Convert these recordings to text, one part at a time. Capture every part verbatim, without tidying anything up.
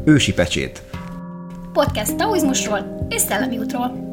Ősi pecsét. Podcast taoizmusról és szellemi útról.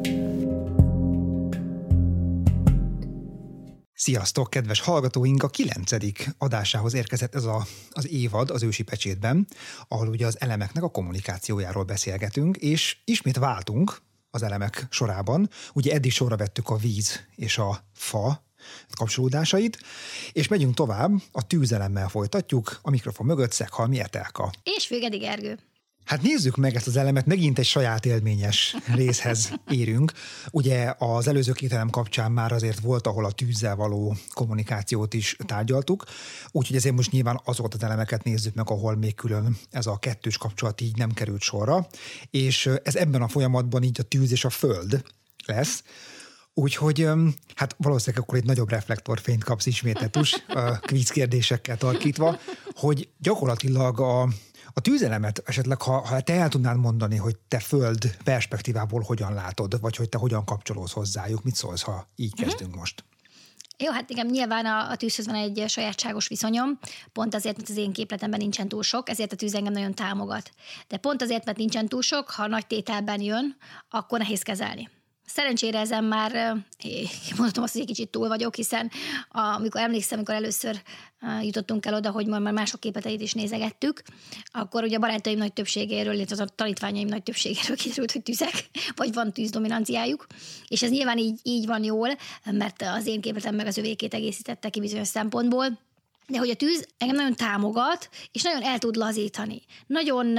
Sziasztok, kedves hallgatóink! A kilencedik adásához érkezett ez a, az évad az Ősi pecsétben, ahol ugye az elemeknek a kommunikációjáról beszélgetünk, és ismét váltunk az elemek sorában. Ugye eddig sorra vettük a víz és a fa kapcsolódásait, és megyünk tovább, a tűzelemmel folytatjuk, a mikrofon mögött Szeghalmi Etelka. És Főgedi Gergő. Hát nézzük meg ezt az elemet, megint egy saját élményes részhez érünk. Ugye az előző két elem kapcsán már azért volt, ahol a tűzzel való kommunikációt is tárgyaltuk, úgyhogy ezért most nyilván azokat az elemeket nézzük meg, ahol még külön ez a kettős kapcsolat így nem került sorra, és ez ebben a folyamatban így a tűz és a föld lesz. Úgyhogy hát valószínűleg akkor egy nagyobb reflektorfényt kapsz ismétetus, kvíz kérdésekkel tarkítva, hogy gyakorlatilag a A tűzelemet esetleg, ha, ha te el tudnád mondani, hogy te föld perspektívából hogyan látod, vagy hogy te hogyan kapcsolódsz hozzájuk, mit szólsz, ha így uh-huh. kezdünk most? Jó, hát igen, nyilván a, a tűzhöz van egy sajátságos viszonyom, pont azért, mert az én képletemben nincsen túl sok, ezért a tűz engem nagyon támogat. De pont azért, mert nincsen túl sok, ha nagy tételben jön, akkor nehéz kezelni. Szerencsére ezen már, mondhatom azt, hogy egy kicsit túl vagyok, hiszen amikor emlékszem, amikor először jutottunk el oda, hogy már mások képleteit is nézegettük, akkor ugye a barátaim nagy többségéről, illetve a tanítványaim nagy többségéről kiderült, hogy tüzek, vagy van tűzdominanciájuk, és ez nyilván így, így van jól, mert az én képletem meg az övékét egészítette ki bizonyos szempontból, de hogy a tűz engem nagyon támogat, és nagyon el tud lazítani. Nagyon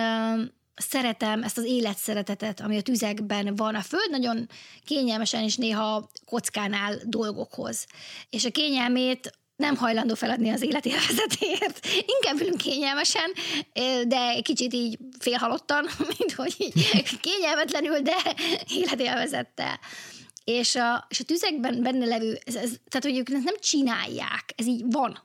szeretem ezt az életszeretetet, ami a tüzekben van. A föld nagyon kényelmesen és néha kockán áll dolgokhoz. És a kényelmét nem hajlandó feladni az életélvezetért. Inkább ülünk kényelmesen, de kicsit így félhalottan, mint hogy így kényelmetlenül, de életélvezettel. És a, és a tüzekben benne levő, ez, ez, tehát hogy ők nem csinálják, ez így van.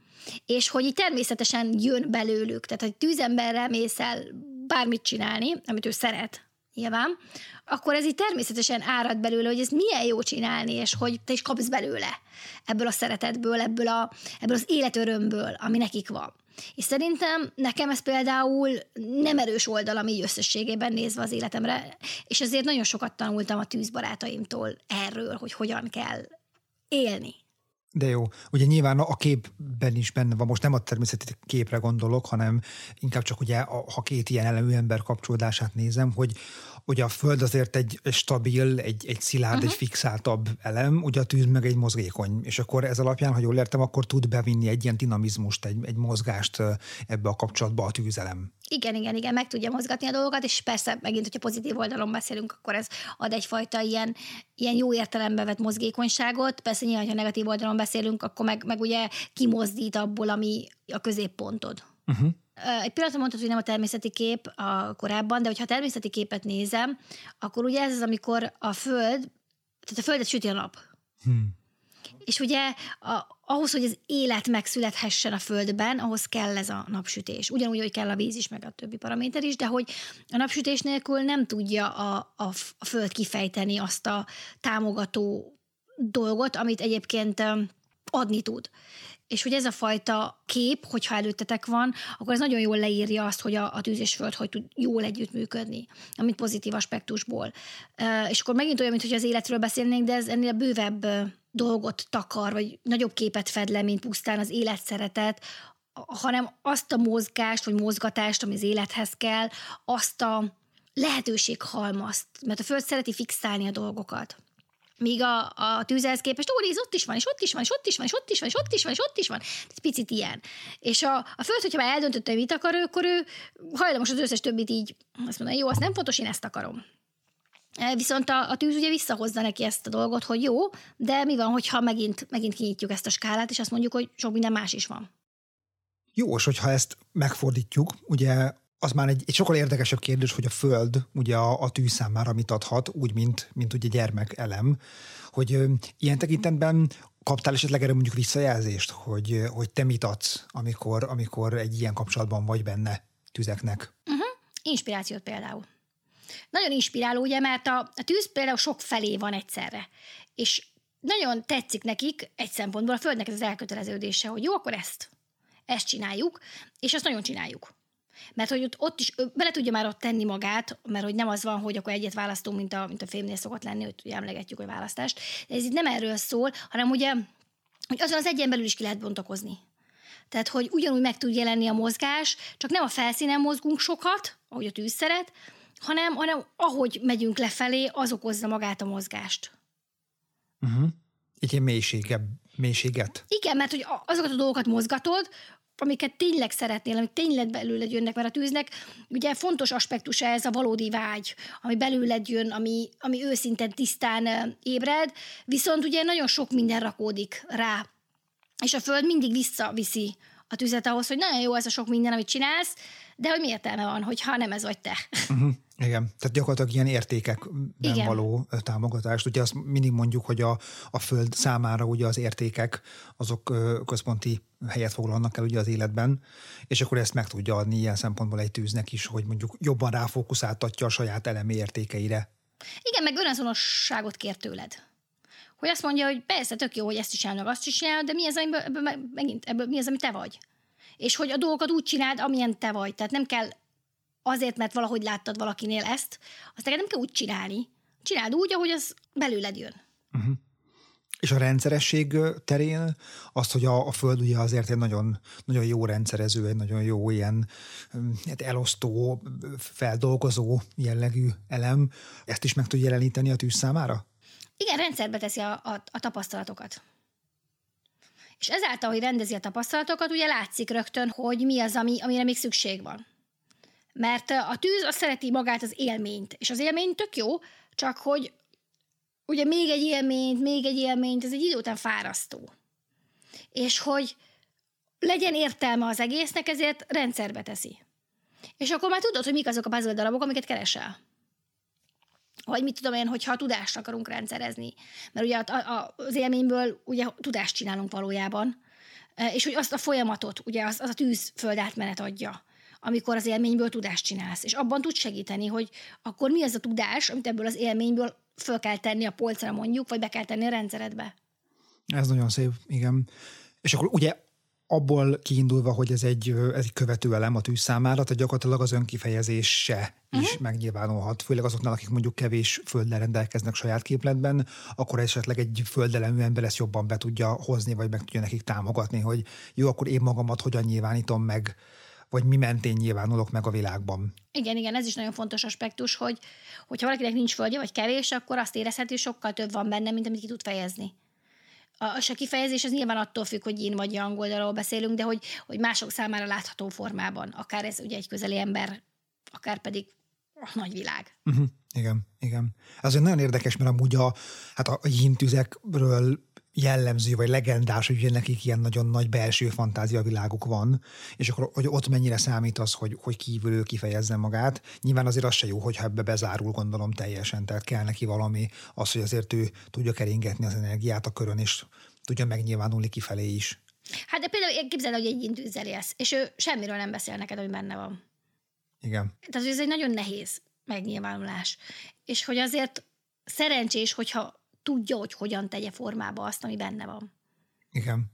És hogy így természetesen jön belőlük, tehát hogy tűzemberrel mész el bármit csinálni, amit ő szeret, nyilván, akkor ez így természetesen árad belőle, hogy ez milyen jó csinálni, és hogy te is kapsz belőle ebből a szeretetből, ebből, a, ebből az életörömből, ami nekik van. És szerintem nekem ez például nem erős oldalam így összességében nézve az életemre, és ezért nagyon sokat tanultam a tűzbarátaimtól erről, hogy hogyan kell élni. De jó. Ugye nyilván a képben is benne van, most nem a természeti képre gondolok, hanem inkább csak ugye, ha két ilyen elemű ember kapcsolódását nézem, hogy ugye a föld azért egy stabil, egy, egy szilárd, uh-huh. egy fixáltabb elem, ugye a tűz meg egy mozgékony, és akkor ez alapján, ha jól értem, akkor tud bevinni egy ilyen dinamizmust, egy, egy mozgást ebbe a kapcsolatba a tűzelem. Igen, igen, igen, meg tudja mozgatni a dolgokat, és persze megint, hogyha pozitív oldalon beszélünk, akkor ez ad egyfajta ilyen, ilyen jó értelembe vett mozgékonyságot, persze nyilván, ha negatív oldalon beszélünk, akkor meg, meg ugye kimozdít abból, ami a középpontod. Uh-huh. Egy pillanatra mondtad, hogy nem a természeti kép a korábban, de hogyha a természeti képet nézem, akkor ugye ez az, amikor a föld, tehát a földet süti a nap. Hmm. És ugye a, ahhoz, hogy az élet megszülethessen a földben, ahhoz kell ez a napsütés. Ugyanúgy, hogy kell a víz is, meg a többi paraméter is, de hogy a napsütés nélkül nem tudja a, a, a föld kifejteni azt a támogató dolgot, amit egyébként adni tud. És hogy ez a fajta kép, hogyha előttetek van, akkor ez nagyon jól leírja azt, hogy a, a tűz és föld hogy tud jól együttműködni, amit pozitív aspektusból. És akkor megint olyan, mintha az életről beszélnénk, de ez ennél bővebb dolgot takar, vagy nagyobb képet fed le, mint pusztán az életszeretet, hanem azt a mozgást, vagy mozgatást, ami az élethez kell, azt a lehetőséghalmazt, mert a föld szereti fixálni a dolgokat. Míg a, a tűzhez képest, ó, nézd, ott is van, és ott is van, és ott is van, és ott is van, és ott is van, és ott is van. Ez picit ilyen. És a, a föld, hogyha már eldöntötte, hogy mit akar, akkor ő hajlamos az összes többit így, azt mondja, jó, azt nem fontos, én ezt akarom. Viszont a, a tűz ugye visszahozza neki ezt a dolgot, hogy jó, de mi van, hogyha megint, megint kinyitjuk ezt a skálát, és azt mondjuk, hogy sok minden más is van. Jó, és hogyha ezt megfordítjuk, ugye az már egy, egy sokkal érdekesebb kérdés, hogy a föld ugye a, a tűz számára mit adhat, úgy, mint, mint ugye gyermek elem, hogy ö, ilyen tekintetben kaptál esetleg erre mondjuk visszajelzést, hogy, hogy te mit adsz, amikor, amikor egy ilyen kapcsolatban vagy benne tüzeknek? Uh-huh. Inspirációt például. Nagyon inspiráló, ugye, mert a, a tűz például sok felé van egyszerre, és nagyon tetszik nekik egy szempontból a földnek ez az elköteleződése, hogy jó, akkor ezt, ezt csináljuk, és ezt nagyon csináljuk. Mert hogy ott, ott is bele tudja már ott tenni magát, mert hogy nem az van, hogy akkor egyet választunk, mint a, mint a filmnél szokott lenni, hogy ugye emlegetjük a választást. De ez itt nem erről szól, hanem ugye, hogy azon az egyen belül is ki lehet bontakozni. Tehát, hogy ugyanúgy meg tud jelenni a mozgás, csak nem a felszínen mozgunk sokat, ahogy a tűz szeret, hanem, hanem ahogy megyünk lefelé, az okozza magát a mozgást. Uh-huh. Egy ilyen mélységebb, mélységet. Igen, mert hogy azokat a dolgokat mozgatod, amiket tényleg szeretnél, amik tényleg belőled jönnek, mert a tűznek ugye fontos aspektusa ez a valódi vágy, ami belőled jön, ami, ami őszintén tisztán ébred, viszont ugye nagyon sok minden rakódik rá, és a Föld mindig visszaviszi a tüzet ahhoz, hogy nagyon jó ez a sok minden, amit csinálsz, de hogy mi értelme van, hogyha nem ez vagy te. Uh-huh. Igen, tehát gyakorlatilag ilyen értékekben Igen. való támogatást. Ugye azt mindig mondjuk, hogy a, a Föld számára ugye az értékek, azok központi helyet foglalnak el ugye az életben, és akkor ezt meg tudja adni ilyen szempontból egy tűznek is, hogy mondjuk jobban ráfókuszáltatja a saját elemi értékeire. Igen, meg önazonosságot kér tőled. Hogy azt mondja, hogy persze tök jó, hogy ezt is csinálnak, azt is csinálod, de mi az, amiből, ebből, megint, ebből mi az, ami te vagy? És hogy a dolgokat úgy csináld, amilyen te vagy. Tehát nem kell azért, mert valahogy láttad valakinél ezt, azt neked nem kell úgy csinálni. Csináld úgy, ahogy az belőled jön. Uh-huh. És a rendszeresség terén azt, hogy a, a Föld ugye azért egy nagyon, nagyon jó rendszerező, egy nagyon jó ilyen elosztó, feldolgozó jellegű elem, ezt is meg tud jeleníteni a tűz számára? Igen, rendszerbe teszi a, a, a tapasztalatokat. És ezáltal, hogy rendezi a tapasztalatokat, ugye látszik rögtön, hogy mi az, ami, amire még szükség van. Mert a tűz azt szereti magát az élményt, és az élmény tök jó, csak hogy ugye még egy élményt, még egy élményt, ez egy idő után fárasztó. És hogy legyen értelme az egésznek, ezért rendszerbe teszi. És akkor már tudod, hogy mik azok a puzzle darabok, amiket keresel. Vagy mit tudom én, hogyha a tudást akarunk rendszerezni. Mert ugye a, a, az élményből ugye tudást csinálunk valójában, és hogy azt a folyamatot, ugye az, az a tűz földátmenet adja, amikor az élményből tudást csinálsz. És abban tud segíteni, hogy akkor mi az a tudás, amit ebből az élményből föl kell tenni a polcra mondjuk, vagy be kell tenni a rendszeredbe. Ez nagyon szép, igen. És akkor ugye abból kiindulva, hogy ez egy, ez egy követő elem a tűz számára, tehát gyakorlatilag az önkifejezése is uh-huh. megnyilvánulhat, főleg azoknál, akik mondjuk kevés földdel rendelkeznek saját képletben, akkor esetleg egy földelemű ember ezt jobban be tudja hozni, vagy meg tudja nekik támogatni, hogy jó, akkor én magamat hogyan nyilvánítom meg, vagy mi mentén nyilvánulok meg a világban. Igen, igen, ez is nagyon fontos aspektus, hogy hogyha valakinek nincs földje, vagy kevés, akkor azt érezheti, hogy sokkal több van benne, mint amit ki tud fejezni. A, a kifejezés az nyilván attól függ, hogy én vagy angolról beszélünk, de hogy, hogy mások számára látható formában. Akár ez ugye egy közeli ember, akár pedig a nagyvilág. Uh-huh. Igen, igen. Ez nagyon érdekes, mert amúgy a, hát a hímtüzekről jellemző, vagy legendás, hogy ugye nekik ilyen nagyon nagy belső fantáziaviláguk van, és akkor hogy ott mennyire számít az, hogy, hogy kívül ő kifejezze magát. Nyilván azért az se jó, hogyha ebbe bezárul, gondolom teljesen, tehát kell neki valami az, hogy azért ő tudja keringetni az energiát a körön, és tudja megnyilvánulni kifelé is. Hát de például képzeld, hogy egy intűzzel élsz, és ő semmiről nem beszél neked, hogy benne van. Igen. Tehát ez egy nagyon nehéz megnyilvánulás. És hogy azért szerencsés, hogyha tudja, hogy hogyan tegye formába azt, ami benne van. Igen.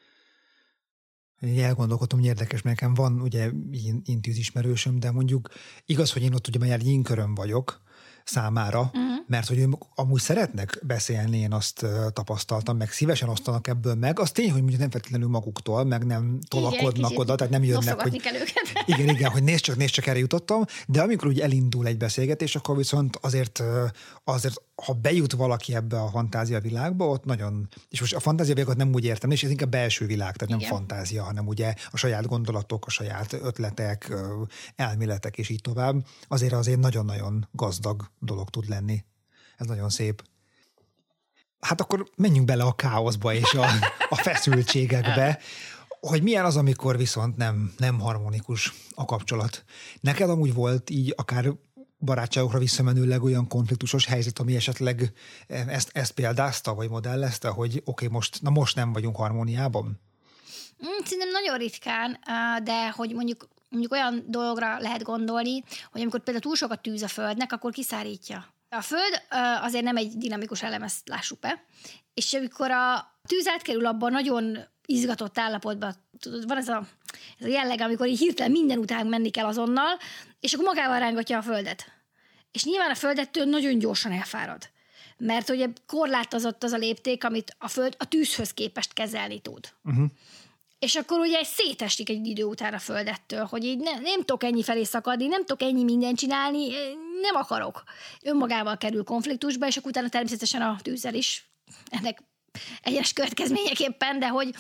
Én elgondolkodtam, hogy érdekes, mert nekem van ugye intűz ismerősöm, de mondjuk igaz, hogy én ott ugye már jínkörön vagyok számára, uh-huh. mert hogy ők amúgy szeretnek beszélni, én azt tapasztaltam, meg szívesen osztanak ebből meg. Az tény, hogy mondjuk nem feltétlenül maguktól, meg nem tolakodnak oda, tehát nem jönnek, hogy... kell őket. Igen, igen, hogy nézd csak, nézd csak, erre jutottam, de amikor úgy elindul egy beszélgetés, akkor viszont azért, azért ha bejut valaki ebbe a fantázia világba, ott nagyon, és most a fantázia világot nem úgy értem, és ez inkább belső világ, tehát igen. nem fantázia, hanem ugye a saját gondolatok, a saját ötletek, elméletek, és így tovább. Azért azért nagyon-nagyon gazdag dolog tud lenni. Ez nagyon szép. Hát akkor menjünk bele a káoszba és a, a feszültségekbe, hogy milyen az, amikor viszont nem, nem harmonikus a kapcsolat. Neked amúgy volt így akár barátságokra visszamenőleg olyan konfliktusos helyzet, ami esetleg ezt, ezt példázta, vagy modellezte, hogy oké, okay, most, na most nem vagyunk harmóniában? Szerintem nagyon ritkán, de hogy mondjuk, mondjuk olyan dologra lehet gondolni, hogy amikor például túl sok a tűz a Földnek, akkor kiszárítja. A Föld azért nem egy dinamikus elem, ezt lássuk be, és amikor a tűz átkerül abban nagyon izgatott állapotba, tudod, van ez a Ez a jelleg, amikor így hirtelen minden után menni kell azonnal, és akkor magával rángatja a földet. És nyilván a földettől nagyon gyorsan elfárad. Mert ugye korlátozott az a lépték, amit a föld a tűzhöz képest kezelni tud. Uh-huh. És akkor ugye szétesik egy idő után a földettől, hogy így ne, nem tudok ennyi felé szakadni, nem tudok ennyi mindent csinálni, nem akarok. Önmagával kerül konfliktusba, és akkor utána természetesen a tűzzel is, ennek egyes következményeképpen, de hogy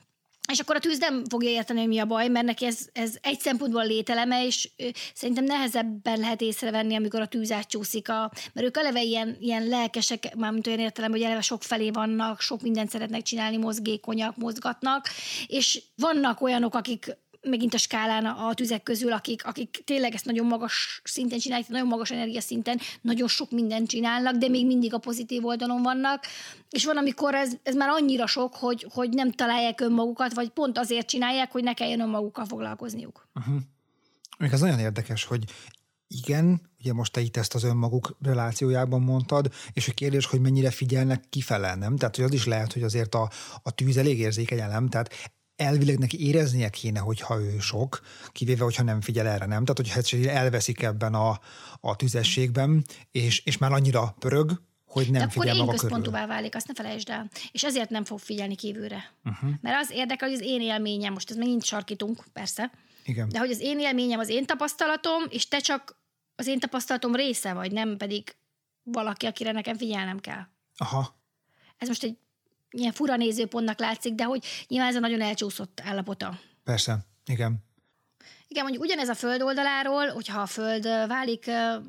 és akkor a tűz nem fogja érteni, hogy mi a baj, mert neki ez, ez egy szempontból a lételeme, és szerintem nehezebben lehet észrevenni, amikor a tűz átcsúszik, a, mert ők eleve ilyen, ilyen lelkesek, mármint olyan értelemben, hogy eleve sok felé vannak, sok mindent szeretnek csinálni, mozgékonyak, mozgatnak, és vannak olyanok, akik megint a skálán a tüzek közül, akik, akik tényleg ezt nagyon magas szinten csinálják, nagyon magas energiaszinten, nagyon sok mindent csinálnak, de még mindig a pozitív oldalon vannak, és van, amikor ez, ez már annyira sok, hogy, hogy nem találják önmagukat, vagy pont azért csinálják, hogy ne kelljen önmagukkal foglalkozniuk. Uh-huh. Még az nagyon érdekes, hogy igen, ugye most te itt ezt az önmaguk relációjában mondtad, és a kérdés, hogy mennyire figyelnek kifele, nem? Tehát, hogy az is lehet, hogy azért a, a tűz elég érzékeny elem, tehát elvileg neki éreznie kéne, hogyha ő sok, kivéve, hogyha nem figyel erre, nem? Tehát, hogyha elveszik ebben a, a tüzességben, és, és már annyira pörög, hogy nem de figyel maga körül. akkor én központúvá válik, azt ne felejtsd el. És ezért nem fog figyelni kívülre. Uh-huh. Mert az érdekel, hogy az én élményem, most ez megint sarkítunk, persze, igen. De hogy az én élményem, az én tapasztalatom, és te csak az én tapasztalatom része vagy, nem pedig valaki, akire nekem figyelnem kell. Aha. Ez most egy ilyen fura nézőpontnak látszik, de hogy nyilván ez a nagyon elcsúszott állapota. Persze, igen. Igen, mondjuk ugyanez a föld oldaláról, hogyha a föld válik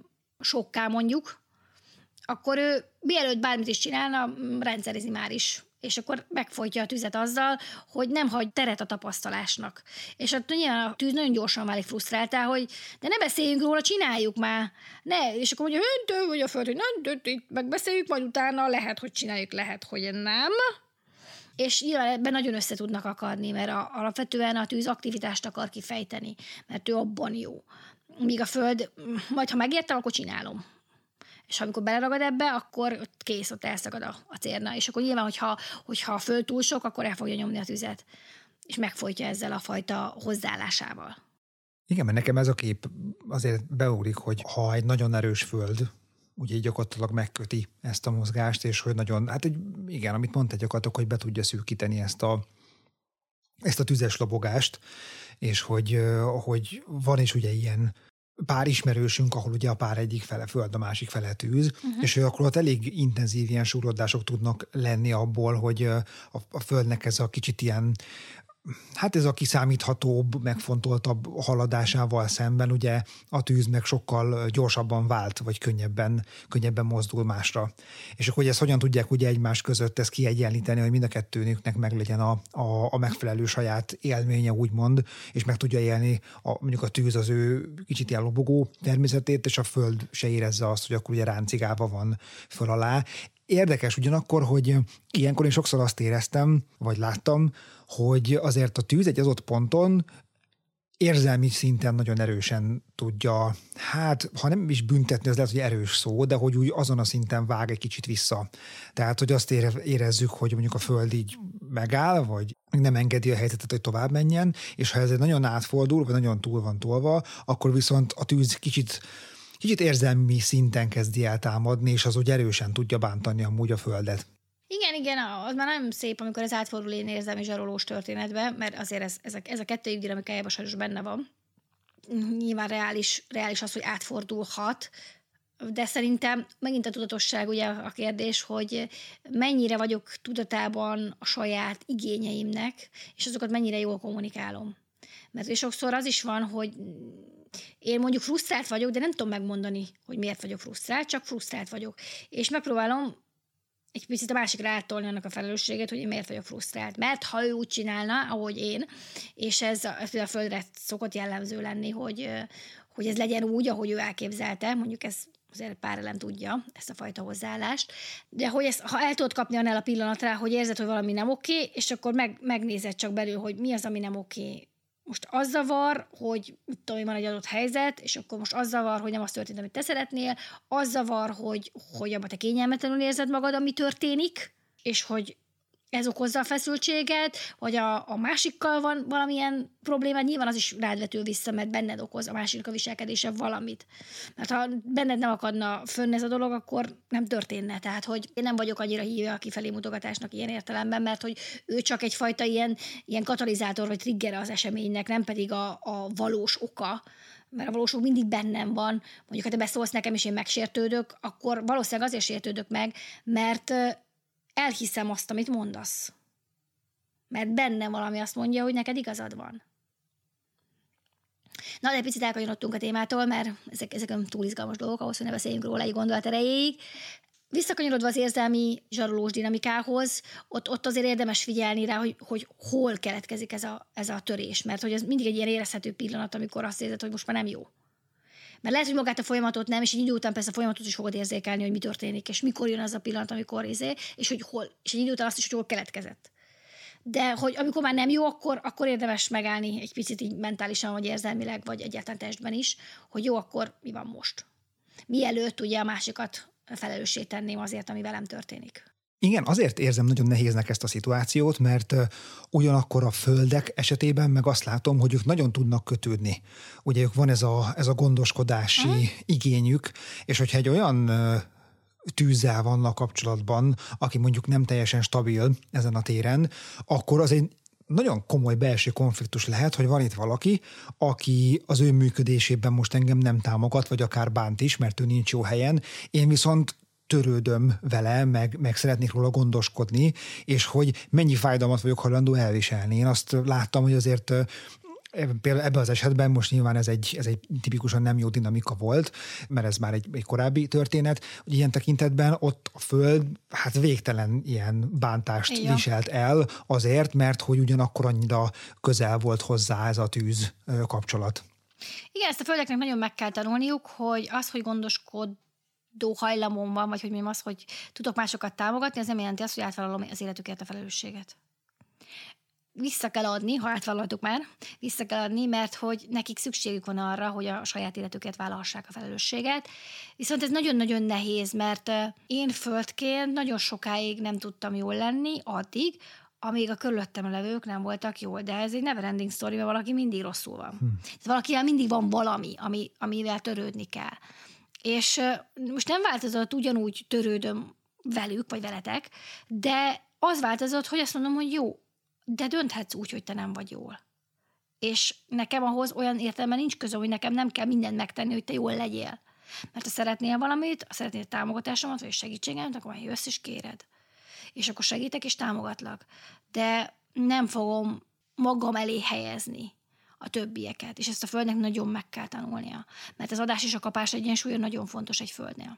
sokká mondjuk, akkor ő mielőtt bármit is csinálna, rendszerizi már is. És akkor megfojtja a tüzet azzal, hogy nem hagy teret a tapasztalásnak. És hát nyilván a tűz nagyon gyorsan válik frusztráltá, hogy de ne beszéljünk róla, csináljuk már. Ne, és akkor mondja, höntő, vagy a föld, hogy nem, itt megbeszéljük, majd utána lehet, hogy csináljuk, lehet, hogy nem. És nyilván ebben nagyon össze tudnak akadni, mert a, alapvetően a tűz aktivitást akar kifejteni, mert ő abban jó. Míg a föld, majd ha megértem, akkor csinálom. És amikor beleragad ebbe, akkor ott kész, ott elszakad a, a cérna. És akkor nyilván, hogyha, hogyha a föld túl sok, akkor el fogja nyomni a tüzet. És megfojtja ezzel a fajta hozzáállásával. Igen, mert nekem ez a kép azért beugrik, hogy ha egy nagyon erős föld, ugye gyakorlatilag megköti ezt a mozgást, és hogy nagyon, hát egy, igen, amit mondtad gyakorlatilag, hogy be tudja szűkíteni ezt a, ezt a tüzes lobogást, és hogy, hogy van is ugye ilyen pár ismerősünk, ahol ugye a pár egyik fele föld, a másik fele tűz, uh-huh. és akkor ott elég intenzív ilyen súrodások tudnak lenni abból, hogy a, a földnek ez a kicsit ilyen, hát ez a kiszámíthatóbb, megfontoltabb haladásával szemben ugye a tűz meg sokkal gyorsabban vált, vagy könnyebben, könnyebben mozdul másra. És akkor, hogy ezt hogyan tudják ugye egymás között ezt kiegyenlíteni, hogy mind a kettőnüknek meglegyen a, a, a megfelelő saját élménye, úgymond, és meg tudja élni a, mondjuk a tűz az ő kicsit ilyen lobogó természetét, és a föld se érezze azt, hogy akkor ugye ráncigálva van föl alá. Érdekes ugyanakkor, hogy ilyenkor én sokszor azt éreztem, vagy láttam, hogy azért a tűz egy adott ponton érzelmi szinten nagyon erősen tudja, hát ha nem is büntetni, az lehet, hogy erős szó, de hogy úgy azon a szinten vág egy kicsit vissza. Tehát, hogy azt érezzük, hogy mondjuk a föld így megáll, vagy nem engedi a helyzetet, hogy tovább menjen, és ha ez egy nagyon átfordul, vagy nagyon túl van tolva, akkor viszont a tűz kicsit Kicsit érzelmi szinten kezdi el támadni, és az úgy erősen tudja bántani amúgy a földet. Igen, igen, az már nem szép, amikor ez átfordul én érzelmi zsarolós történetbe, mert azért ez, ez, a, ez a kettő dinamikájában sajnos benne van. Nyilván reális, reális az, hogy átfordulhat, de szerintem megint a tudatosság ugye a kérdés, hogy mennyire vagyok tudatában a saját igényeimnek, és azokat mennyire jól kommunikálom. Mert sokszor az is van, hogy én mondjuk frusztrált vagyok, de nem tudom megmondani, hogy miért vagyok frusztrált, csak frusztrált vagyok. És megpróbálom egy picit a másikra átolni annak a felelősséget, hogy én miért vagyok frusztrált. Mert ha ő úgy csinálna, ahogy én, és ez a, ez a földre szokott jellemző lenni, hogy, hogy ez legyen úgy, ahogy ő elképzelte, mondjuk ez azért pár elem tudja ezt a fajta hozzáállást, de hogy ezt, ha el tudod kapni annál a pillanatra, hogy érzed, hogy valami nem oké, és akkor meg, megnézed csak belül, hogy mi az, ami nem oké. Most az zavar, hogy mit tudom, van egy adott helyzet, és akkor most az zavar, hogy nem az történt, amit te szeretnél, az zavar, hogy, hogy abban te kényelmetlenül érzed magad, ami történik, és hogy ez okozza a feszültséget, vagy a, a másikkal van valamilyen probléma, nyilván az is rád vetül vissza, mert benned okoz a másiknak a viselkedése valamit. Mert ha benned nem akadna fönn ez a dolog, akkor nem történne. Tehát, hogy én nem vagyok annyira híve a kifelé mutogatásnak ilyen értelemben, mert hogy ő csak egyfajta ilyen, ilyen katalizátor vagy trigger az eseménynek, nem pedig a, a valós oka, mert a valóság mindig bennem van, mondjuk, ha te beszólsz nekem, és én megsértődök, akkor valószínűleg azért sértődök meg, mert elhiszem azt, amit mondasz. Mert bennem valami azt mondja, hogy neked igazad van. Na, de picit elkanyarodtunk a témától, mert ezek, ezek túl izgalmas dolgok, ahhoz, hogy ne beszéljünk róla egy gondolat erejéig. Visszakanyarodva az érzelmi zsarolós dinamikához, ott, ott azért érdemes figyelni rá, hogy, hogy hol keletkezik ez a, ez a törés, mert hogy ez mindig egy ilyen érezhető pillanat, amikor azt érzed, hogy most már nem jó. Mert lehet, hogy magát a folyamatot nem, és egy idő után persze a folyamatot is fogod érzékelni, hogy mi történik, és mikor jön az a pillanat, amikor izé, és hogy hol, és egy idő után azt is, hogy hol keletkezett. De hogy amikor már nem jó, akkor, akkor érdemes megállni egy picit így mentálisan, vagy érzelmileg, vagy egyáltalán testben is, hogy jó, akkor mi van most. Mielőtt ugye a másikat felelőssé tenném azért, ami velem történik. Igen, azért érzem nagyon nehéznek ezt a szituációt, mert uh, ugyanakkor a földek esetében meg azt látom, hogy ők nagyon tudnak kötődni. Ugye ők van ez a, ez a gondoskodási uh-huh. igényük, és hogyha egy olyan uh, tűzzel vannak kapcsolatban, aki mondjuk nem teljesen stabil ezen a téren, akkor az egy nagyon komoly belső konfliktus lehet, hogy van itt valaki, aki az ő működésében most engem nem támogat, vagy akár bánt is, mert ő nincs jó helyen. Én viszont törődöm vele, meg, meg szeretnék róla gondoskodni, és hogy mennyi fájdalmat vagyok hajlandó elviselni. Én azt láttam, hogy azért például ebben az esetben most nyilván ez egy, ez egy tipikusan nem jó dinamika volt, mert ez már egy, egy korábbi történet, hogy ilyen tekintetben ott a föld hát végtelen ilyen bántást Igen. viselt el azért, mert hogy ugyanakkor annyira közel volt hozzá ez a tűz kapcsolat. Igen, ezt a földeknek nagyon meg kell tanulniuk, hogy az, hogy gondoskodó hajlamom van, vagy hogy mi az, hogy tudok másokat támogatni, az nem jelenti azt, hogy átvállalom az életükért a felelősséget. Vissza kell adni, ha átvállaltuk már, vissza kell adni, mert hogy nekik szükségük van arra, hogy a saját életüket vállalhassák a felelősséget. Viszont ez nagyon-nagyon nehéz, mert én földként nagyon sokáig nem tudtam jól lenni, addig, amíg a körülöttem levők nem voltak jól. De ez egy never ending story, mert valaki mindig rosszul van. Hmm. Valakivel mindig van valami, ami, amivel törődni kell. És most nem változott, ugyanúgy törődöm velük, vagy veletek, de az változott, hogy azt mondom, hogy jó, de dönthetsz úgy, hogy te nem vagy jól. És nekem ahhoz olyan értelemben nincs közöm, hogy nekem nem kell mindent megtenni, hogy te jól legyél. Mert ha szeretnél valamit, ha szeretnél támogatásomat, vagy segítségemet, akkor majd jössz és kéred. És akkor segítek és támogatlak. De nem fogom magam elé helyezni a többieket. És ezt a földnek nagyon meg kell tanulnia. Mert az adás és a kapás egyensúlya nagyon fontos egy földnél.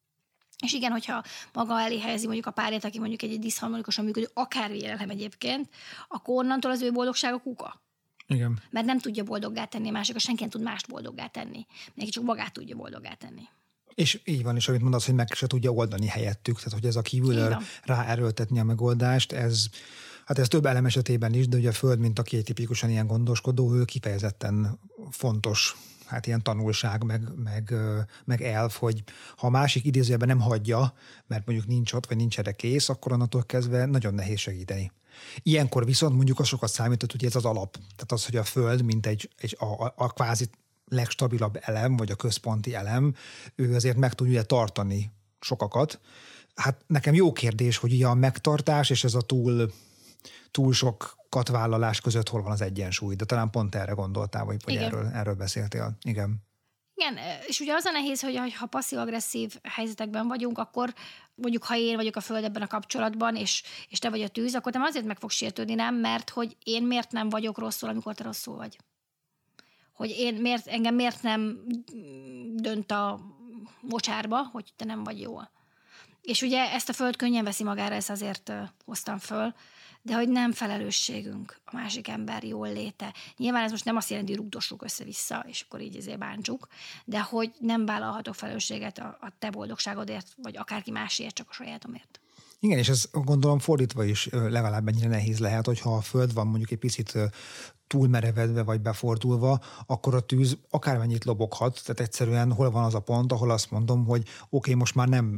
És igen, hogyha maga elé helyezi mondjuk a párját, aki mondjuk egy, egy diszharmonikusan működő, akár vélelem egyébként, akkor onnantól az ő boldogsága kuka. Igen. Mert nem tudja boldoggá tenni a másikat, senki nem tud mást boldoggá tenni. Neki csak magát tudja boldoggá tenni. És így van, és amit mondasz, hogy meg se tudja oldani helyettük, tehát hogy ez a kívülről ráerőltetni a megoldást, ez, hát ez több elem esetében is, de ugye a Föld, mint aki egy tipikusan ilyen gondoskodó, ő kifejezetten fontos, hát ilyen tanulság, meg, meg, meg elf, hogy ha a másik idézőjelben nem hagyja, mert mondjuk nincs ott, vagy nincs erre kész, akkor onnantól kezdve nagyon nehéz segíteni. Ilyenkor viszont mondjuk az sokat számított, hogy ez az alap. Tehát az, hogy a Föld, mint egy, egy a, a, a kvázi legstabilabb elem, vagy a központi elem, ő azért meg tudja tartani sokakat. Hát nekem jó kérdés, hogy ugye a megtartás és ez a túl, túl sokat vállalás között hol van az egyensúly, de talán pont erre gondoltál, vagy, vagy erről, erről beszéltél. Igen. Igen, és ugye az a nehéz, hogy ha passzív-agresszív helyzetekben vagyunk, akkor mondjuk, ha én vagyok a Föld ebben a kapcsolatban, és, és te vagy a tűz, akkor nem azért meg fog sértődni, nem, mert hogy én miért nem vagyok rosszul, amikor te rosszul vagy. Hogy én miért, engem miért nem dönt a mocsárba, hogy te nem vagy jól. És ugye ezt a Föld könnyen veszi magára, ezt azért uh, hoztam föl, de hogy nem felelősségünk a másik ember jól léte. Nyilván ez most nem azt jelenti, hogy rugdossuk össze-vissza, és akkor így ezért bántsuk, de hogy nem vállalhatok felelősséget a, a te boldogságodért, vagy akárki másért, csak a sajátomért. Igen, és ez gondolom fordítva is legalább ennyire nehéz lehet, hogyha a Föld van mondjuk egy picit túlmerevedve vagy befordulva, akkor a tűz akármennyit loboghat, tehát egyszerűen hol van az a pont, ahol azt mondom, hogy oké, okay, most már nem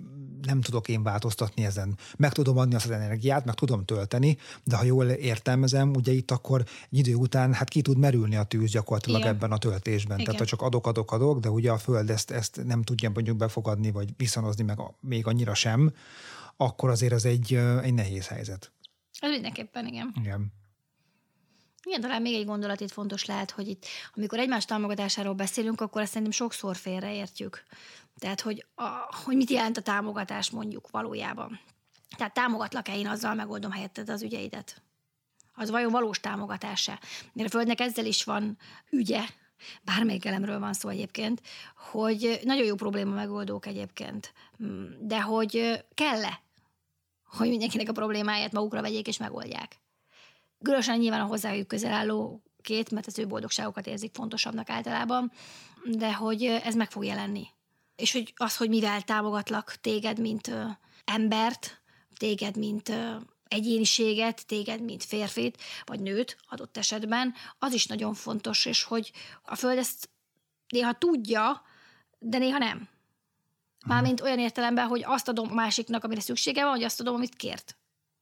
nem tudok én változtatni ezen. Meg tudom adni azt az energiát, meg tudom tölteni, de ha jól értelmezem, ugye itt akkor egy idő után hát ki tud merülni a tűz gyakorlatilag Igen. ebben a töltésben. Igen. Tehát ha csak adok, adok, adok, de ugye a Föld ezt, ezt nem tudja mondjuk befogadni, vagy viszonozni meg még annyira sem, akkor azért ez egy, egy nehéz helyzet. Ez mindenképpen, igen. Igen. Igen, talán még egy gondolat itt fontos lehet, hogy itt, amikor egymás támogatásáról beszélünk, akkor ezt szerintem sokszor félreértjük. Tehát, hogy, a, hogy mit jelent a támogatás mondjuk valójában. Tehát támogatlak-e én, azzal megoldom helyetted az ügyeidet? Az vajon valós támogatás-e? Mert a Földnek ezzel is van ügye, bármelyik elemről van szó egyébként, hogy nagyon jó probléma megoldók egyébként, de hogy kell-e, hogy mindenkinek a problémáját magukra vegyék és megoldják. Különösen nyilván a hozzájuk közel álló két, mert az ő boldogságokat érzik fontosabbnak általában, de hogy ez meg fog jelenni. És hogy az, hogy mivel támogatlak téged, mint ö, embert, téged, mint ö, egyéniséget, téged, mint férfit, vagy nőt adott esetben, az is nagyon fontos, és hogy a Föld ezt néha tudja, de néha nem. Mármint olyan értelemben, hogy azt adom a másiknak, amire szüksége van, hogy azt adom, amit kért.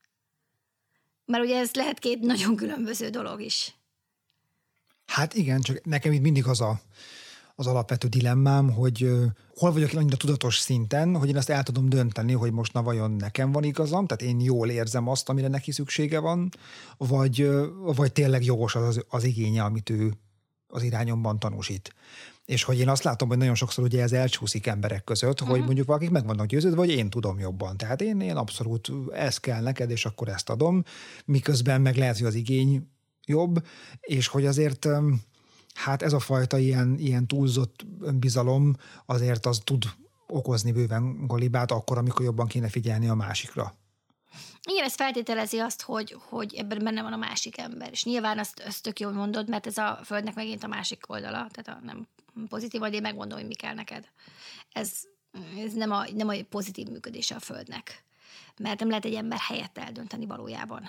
Mert ugye ez lehet két nagyon különböző dolog is. Hát igen, csak nekem itt mindig az a, az alapvető dilemmám, hogy uh, hol vagyok én annyira tudatos szinten, hogy én azt el tudom dönteni, hogy most na vajon nekem van igazam, tehát én jól érzem azt, amire neki szüksége van, vagy, uh, vagy tényleg jogos az, az, az igénye, amit ő az irányomban tanúsít. És hogy én azt látom, hogy nagyon sokszor ugye ez elcsúszik emberek között, uh-huh. hogy mondjuk valakik meg vannak győződve, vagy én tudom jobban. Tehát én, én abszolút ez kell neked, és akkor ezt adom, miközben meg lehet, hogy az igény jobb, és hogy azért hát ez a fajta ilyen, ilyen túlzott önbizalom azért az tud okozni bőven galibát akkor, amikor jobban kéne figyelni a másikra. Igen, ez feltételezi azt, hogy, hogy ebben benne van a másik ember. És nyilván azt, azt tök jól mondod, mert ez a Földnek megint a másik oldala, tehát a nem pozitív, majd én megmondom, hogy mi kell neked. Ez, ez nem, a, nem a pozitív működése a Földnek. Mert nem lehet egy ember helyett eldönteni valójában.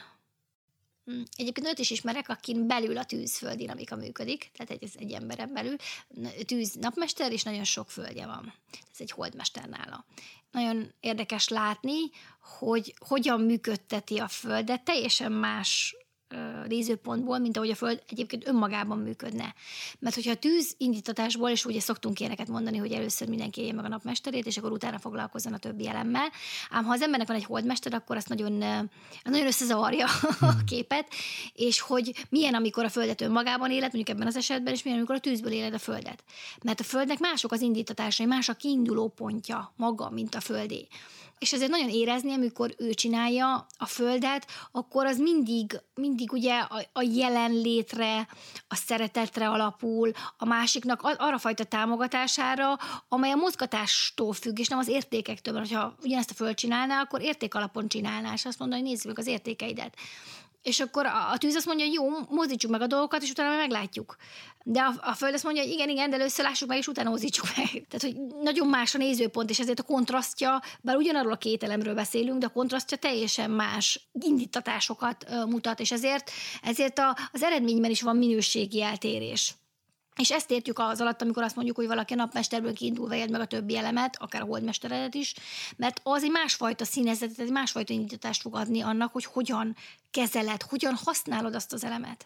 Egyébként őt is ismerek, akin belül a tűz-föld dinamika működik, tehát egy, egy emberen belül tűz napmester, és nagyon sok földje van. Ez egy holdmester nála. Nagyon érdekes látni, hogy hogyan működteti a Földet teljesen más nézőpontból, mint ahogy a Föld egyébként önmagában működne. Mert hogyha a tűz indítatásból, és ugye szoktunk ilyeneket mondani, hogy először mindenki élje meg a napmesterét, és akkor utána foglalkozzon a többi elemmel. Ám ha az embernek van egy holdmester, akkor azt nagyon, nagyon összezavarja a képet, és hogy milyen, amikor a Földet önmagában éled, mondjuk ebben az esetben, és milyen, amikor a tűzből éled a Földet. Mert a Földnek mások az indítatásai, más a kiinduló pontja maga, mint a Földé. És ezért nagyon érezni, amikor ő csinálja a Földet, akkor az mindig, mindig ugye a, a jelenlétre, a szeretetre alapul, a másiknak arra fajta támogatására, amely a mozgatástól függ, és nem az értékektől, mert ha ugyanezt a Föld csinálná, akkor érték alapon csinálná, és azt mondja, hogy nézzük meg az értékeidet. És akkor a, a tűz azt mondja, hogy jó, mozdítsuk meg a dolgokat, és utána meglátjuk. De a, a Föld azt mondja, hogy igen, igen, de először lássuk meg, és utána mozdítsuk meg. Tehát, hogy nagyon más a nézőpont, és ezért a kontrasztja, bár ugyanarról a két elemről beszélünk, de a kontrasztja teljesen más indítatásokat uh, mutat, és ezért, ezért a, az eredményben is van minőségi eltérés. És ezt értjük az alatt, amikor azt mondjuk, hogy valaki a napmesterből kiindulva éld meg a többi elemet, akár a holdmesteredet is, mert az egy másfajta színezetet, egy másfajta indítatást fog adni annak, hogy hogyan kezeled, hogyan használod azt az elemet.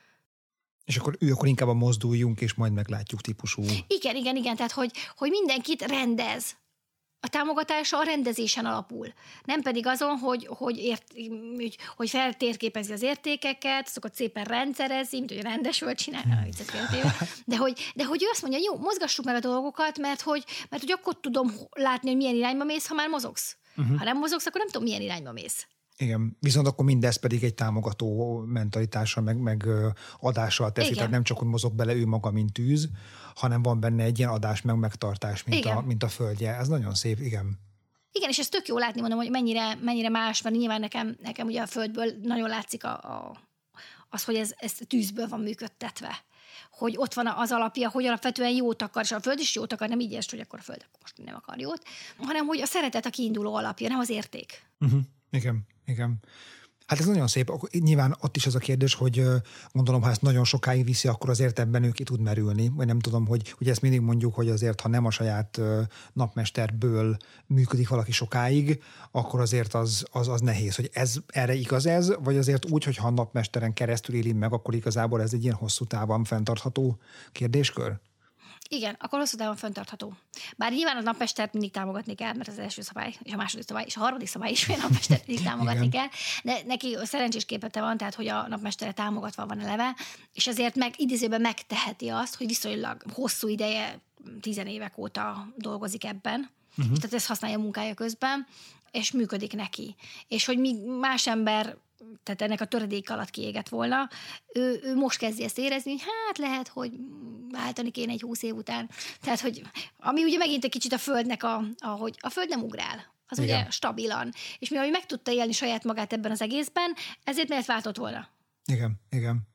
És akkor ő akkor inkább a mozduljunk, és majd meglátjuk típusú. Igen, igen, igen, tehát hogy, hogy mindenkit rendez. A támogatása a rendezésen alapul. Nem pedig azon, hogy, hogy, ért, hogy, hogy feltérképezi az értékeket, azokat szépen rendszerezi, mint hogy rendes volt csinálni, de hogy, de hogy ő azt mondja, jó, mozgassuk meg a dolgokat, mert hogy, mert hogy akkor tudom látni, hogy milyen irányba mész, ha már mozogsz. Uh-huh. Ha nem mozogsz, akkor nem tudom, milyen irányba mész. Igen, viszont akkor mindez pedig egy támogató mentalitással, meg, meg adással teszi, Igen. Tehát nem csak, hogy mozog bele ő maga, mint tűz, hanem van benne egy ilyen adás, meg megtartás, mint, a, mint a földje. Ez nagyon szép, igen. Igen, és ez tök jó látni, mondom, hogy mennyire, mennyire más, mert nyilván nekem, nekem ugye a földből nagyon látszik a, a, az, hogy ez, ez tűzből van működtetve. Hogy ott van az alapja, hogy alapvetően jót akar, és a föld is jót akar, nem így értsd, hogy akkor a föld most nem akar jót, hanem hogy a szeretet a kiinduló alapja, nem az érték. Uh-huh. Igen, igen. Hát Hát ez nagyon szép. Nyilván ott is az a kérdés, hogy gondolom, ha ezt nagyon sokáig viszi, akkor azért ebben ő ki tud merülni. Vagy nem tudom, hogy ugye ezt mindig mondjuk, hogy azért, ha nem a saját napmesterből működik valaki sokáig, akkor azért az, az, az nehéz. Hogy ez erre igaz ez, vagy azért úgy, hogy ha a napmesteren keresztül éli meg, akkor igazából ez egy ilyen hosszú távon fenntartható kérdéskör? Igen, akkor hosszú távon fenntartható. Bár nyilván a napmestert mindig támogatni kell, mert az első szabály, és a második szabály, és a harmadik szabály is, hogy a napmestert mindig támogatni kell. De neki szerencsés képete van, tehát hogy a napmestere támogatva van eleve, és ezért meg idézőben megteheti azt, hogy viszonylag hosszú ideje, tizenévek óta dolgozik ebben. Uh-huh. Tehát ezt használja a munkája közben, és működik neki. És hogy míg más ember, tehát ennek a töredék alatt kiégett volna, ő, ő most kezdi ezt érezni, hogy hát lehet, hogy váltani kéne egy húsz év után. Tehát, hogy ami ugye megint egy kicsit a földnek, a, ahogy a föld nem ugrál, az igen. Ugye stabilan. És mivel meg tudta élni saját magát ebben az egészben, ezért miért váltott volna? Igen, igen.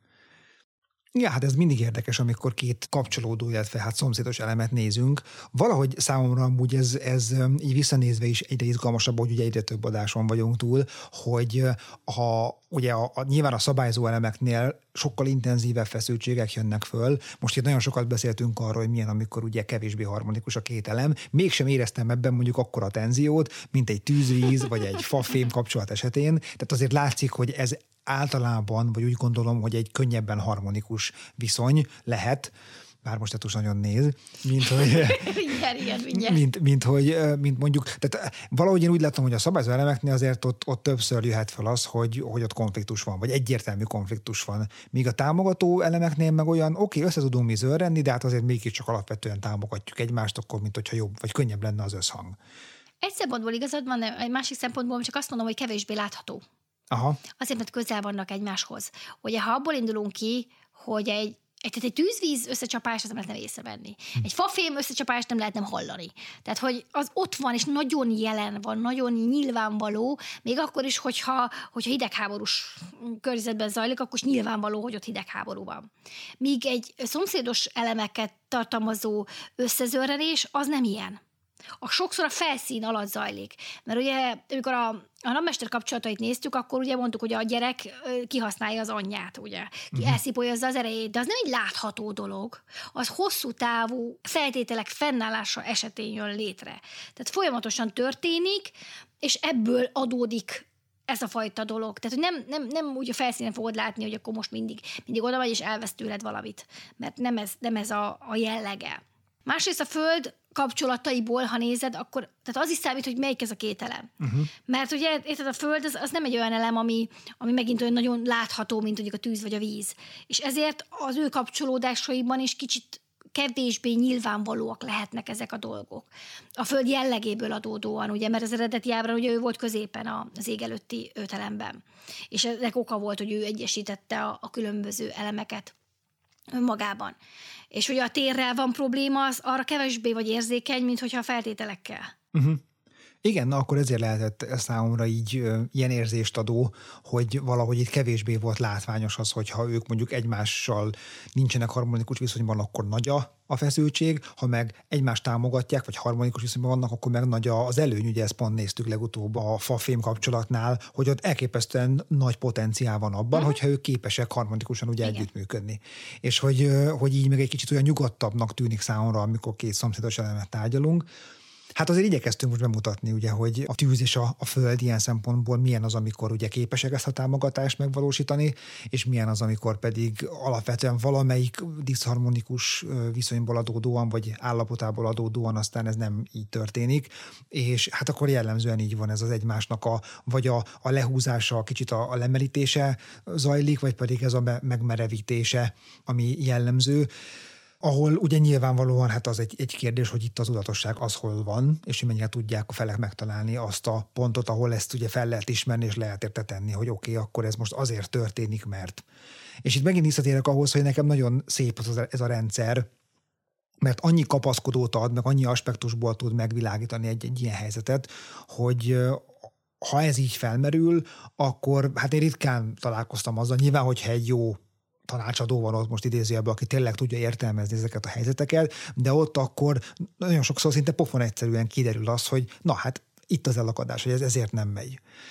Ja, hát ez mindig érdekes, amikor két kapcsolódó, illetve hát szomszédos elemet nézünk. Valahogy számomra amúgy ez, ez így visszanézve is egyre izgalmasabb, hogy ugye egyre több adáson vagyunk túl, hogy ha ugye a, a, nyilván a szabályzó elemeknél sokkal intenzívebb feszültségek jönnek föl. Most itt nagyon sokat beszéltünk arról, hogy milyen, amikor ugye kevésbé harmonikus a két elem. Mégsem éreztem ebben mondjuk akkora tenziót, mint egy tűzvíz vagy egy fa-fém kapcsolat esetén. Tehát azért látszik, hogy ez általában, vagy úgy gondolom, hogy egy könnyebben harmonikus viszony lehet, bár most ez nagyon néz, mint hogy, igen, igen, mint, mint, hogy mint mondjuk, tehát valahogy én úgy látom, hogy a szabályzó elemeknél azért ott, ott többször jöhet fel az, hogy, hogy ott konfliktus van, vagy egyértelmű konfliktus van. Míg a támogató elemeknél meg olyan, oké, okay, össze tudunk mi zörrenni, de hát azért mégiscsak alapvetően támogatjuk egymást, akkor mint hogyha jobb, vagy könnyebb lenne az összhang. Egy szempontból igazad van, de egy másik szempontból csak azt mondom, hogy kevésbé látható. Aha. Azért, mert közel vannak egymáshoz. Ugye, ha abból indulunk ki, hogy egy, egy, tehát egy tűzvíz összecsapás, az nem lehet nem észrevenni. Hm. Egy fafém összecsapást nem lehet nem hallani. Tehát, hogy az ott van, és nagyon jelen van, nagyon nyilvánvaló, még akkor is, hogyha, hogyha hidegháborús környezetben zajlik, akkor is nyilvánvaló, hogy ott hidegháború van. Míg egy szomszédos elemeket tartalmazó összezörrenés, az nem ilyen. A sokszor a felszín alatt zajlik. Mert ugye, amikor a, a napmester kapcsolatait néztük, akkor ugye mondtuk, hogy a gyerek kihasználja az anyját, ugye. Ki uh-huh. elszipolja az erejét, de az nem egy látható dolog. Az hosszú távú feltételek fennállása esetén jön létre. Tehát folyamatosan történik, és ebből adódik ez a fajta dolog. Tehát, hogy nem, nem, nem úgy a felszínen fogod látni, hogy akkor most mindig, mindig oda vagy, és elvesz tőled valamit. Mert nem ez, nem ez a, a jellege. Másrészt a föld kapcsolataiból, ha nézed, akkor tehát az is számít, hogy melyik ez a két elem. Uh-huh. Mert ugye érted, a föld az, az nem egy olyan elem, ami, ami megint olyan nagyon látható, mint mondjuk a tűz vagy a víz. És ezért az ő kapcsolódásaiban is kicsit kevésbé nyilvánvalóak lehetnek ezek a dolgok. A föld jellegéből adódóan, ugye, mert az eredeti ábrán ugye ő volt középen az ég előtti öt elemben. És ennek oka volt, hogy ő egyesítette a, a különböző elemeket önmagában. És ugye a térrel van probléma, az arra kevésbé vagy érzékeny, mint hogyha a feltételekkel. Uh-huh. Igen, na akkor ezért lehetett számomra így ö, ilyen érzést adó, hogy valahogy itt kevésbé volt látványos az, hogyha ők mondjuk egymással nincsenek harmonikus viszonyban, akkor nagy a, a feszültség, ha meg egymást támogatják, vagy harmonikus viszonyban vannak, akkor meg nagy az előny, ugye ezt pont néztük legutóbb a fa-fém kapcsolatnál, hogy ott elképesztően nagy potenciál van abban, uh-huh. hogyha ők képesek harmonikusan ugye együttműködni. És hogy, hogy így meg egy kicsit olyan nyugodtabbnak tűnik számomra, amikor két szomszédos elemet tárgyalunk. Hát azért igyekeztünk most bemutatni, ugye, hogy a tűz és a, a föld ilyen szempontból milyen az, amikor ugye képesek ezt a támogatást megvalósítani, és milyen az, amikor pedig alapvetően valamelyik diszharmonikus viszonyból adódóan, vagy állapotából adódóan aztán ez nem így történik, és hát akkor jellemzően így van ez az egymásnak a, vagy a, a lehúzása, kicsit a, a lemerítése zajlik, vagy pedig ez a me- megmerevítése, ami jellemző. Ahol ugye nyilvánvalóan hát az egy, egy kérdés, hogy itt az tudatosság az hol van, és hogy mennyire tudják a felek megtalálni azt a pontot, ahol ezt ugye fel lehet ismerni, és lehet érte tenni, hogy oké, okay, akkor ez most azért történik, mert. És itt megint visszatérek ahhoz, hogy nekem nagyon szép az ez a rendszer, mert annyi kapaszkodót ad, meg annyi aspektusból tud megvilágítani egy, egy ilyen helyzetet, hogy ha ez így felmerül, akkor hát én ritkán találkoztam azzal, nyilván, hogyha egy jó tanácsadó van ott most idézőjelben, aki tényleg tudja értelmezni ezeket a helyzeteket, de ott akkor nagyon sokszor szinte pofon egyszerűen kiderül az, hogy na hát itt az elakadás, hogy ez ezért nem megy.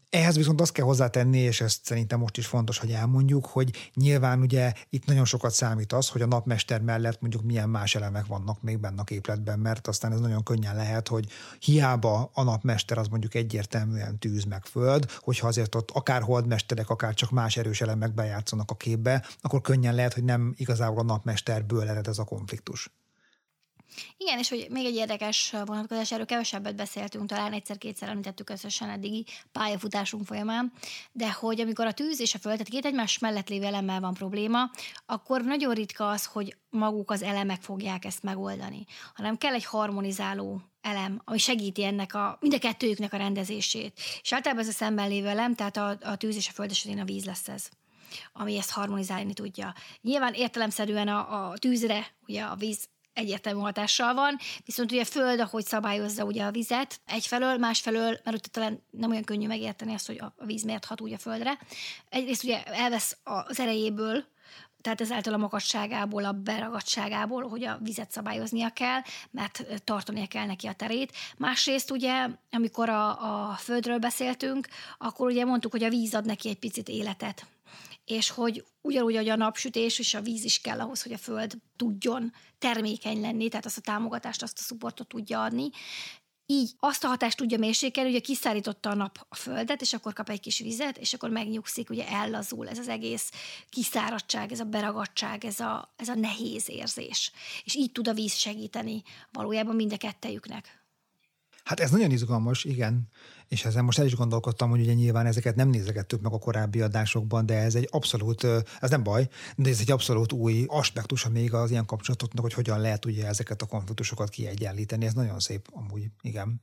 Ehhez viszont azt kell hozzátenni, és ezt szerintem most is fontos, hogy elmondjuk, hogy nyilván ugye itt nagyon sokat számít az, hogy a napmester mellett mondjuk milyen más elemek vannak még benne a képletben, mert aztán ez nagyon könnyen lehet, hogy hiába a napmester az mondjuk egyértelműen tűz meg föld, hogyha azért ott akár holdmesterek, akár csak más erős elemek bejátszanak a képbe, akkor könnyen lehet, hogy nem igazából a napmesterből ered ez a konfliktus. Igen, és hogy még egy érdekes vonatkozás, erről kevesebbet beszéltünk, talán egyszer-kétszer említettük összesen eddigi pályafutásunk folyamán, de hogy amikor a tűz és a föld, tehát két egymás mellett lévő elemmel van probléma, akkor nagyon ritka az, hogy maguk az elemek fogják ezt megoldani, hanem kell egy harmonizáló elem, ami segíti ennek a, mind a kettőjüknek a rendezését. És általában ez a szemben lévő elem, tehát a, a tűz és a föld esetén a víz lesz ez, ami ezt harmonizálni tudja. Nyilván értelemszerűen a, a tűzre, ugye a víz egyértelmű hatással van, viszont ugye a föld, ahogy szabályozza ugye a vizet egyfelől, másfelől, mert ott talán nem olyan könnyű megérteni azt, hogy a víz miért hat úgy a földre. Egyrészt ugye elvesz az erejéből, tehát ezáltal a makacságából, a beragadtságából, hogy a vizet szabályoznia kell, mert tartania kell neki a terét. Másrészt ugye, amikor a, a földről beszéltünk, akkor ugye mondtuk, hogy a víz ad neki egy picit életet. És hogy ugyanúgy, hogy a napsütés és a víz is kell ahhoz, hogy a föld tudjon termékeny lenni, tehát azt a támogatást, azt a szupportot tudja adni. Így azt a hatást tudja mérsékelni, hogy kiszárította a nap a földet, és akkor kap egy kis vizet, és akkor megnyugszik, ugye ellazul ez az egész kiszáradtság, ez a beragadtság, ez a, ez a nehéz érzés. És így tud a víz segíteni valójában mind a kettejüknek. Hát ez nagyon izgalmas, igen, és ezen most el is gondolkodtam, hogy ugye nyilván ezeket nem nézegettük meg a korábbi adásokban, de ez egy abszolút, ez nem baj, de ez egy abszolút új aspektusa még az ilyen kapcsolatoknak, hogy hogyan lehet ugye ezeket a konfliktusokat kiegyenlíteni, ez nagyon szép amúgy, igen.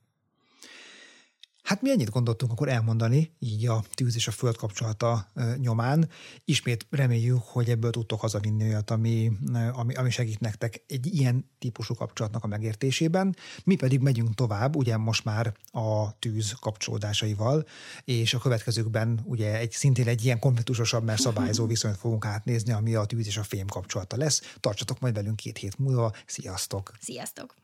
Hát mi ennyit gondoltunk akkor elmondani, így a tűz és a föld kapcsolata nyomán. Ismét reméljük, hogy ebből tudtok hazavinni olyat, ami, ami, ami segít nektek egy ilyen típusú kapcsolatnak a megértésében. Mi pedig megyünk tovább, ugye most már a tűz kapcsolódásaival, és a következőkben ugye egy, szintén egy ilyen konfliktusosabb, mert szabályozó viszonyt fogunk átnézni, ami a tűz és a fém kapcsolata lesz. Tartsatok majd velünk két hét múlva. Sziasztok! Sziasztok!